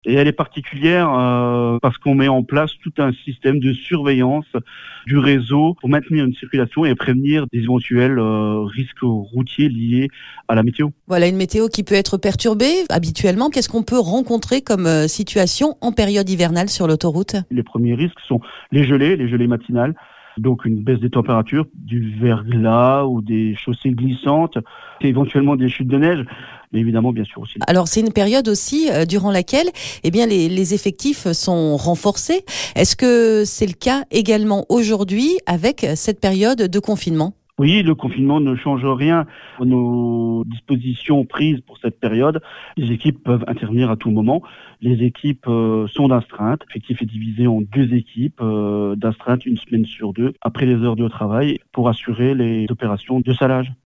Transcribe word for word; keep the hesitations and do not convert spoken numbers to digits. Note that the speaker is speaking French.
Et elle est particulière euh, parce qu'on met en place tout un système de surveillance du réseau pour maintenir une circulation et prévenir des éventuels euh, risques routiers liés à la météo. Voilà une météo qui peut être perturbée. Habituellement, qu'est-ce qu'on peut rencontrer comme euh, situation en période hivernale sur l'autoroute ? Les premiers risques sont les gelées, les gelées matinales. Donc une baisse des températures, du verglas ou des chaussées glissantes, et éventuellement des chutes de neige, mais évidemment bien sûr aussi. Alors c'est une période aussi euh, durant laquelle eh bien, les, les effectifs sont renforcés. Est-ce que c'est le cas également aujourd'hui avec cette période de confinement ? Oui, le confinement ne change rien à nos dispositions prises pour cette période. Les équipes peuvent intervenir à tout moment. Les équipes euh, sont d'astreinte. L'effectif est divisé en deux équipes euh, d'astreinte une semaine sur deux après les heures de travail pour assurer les opérations de salage.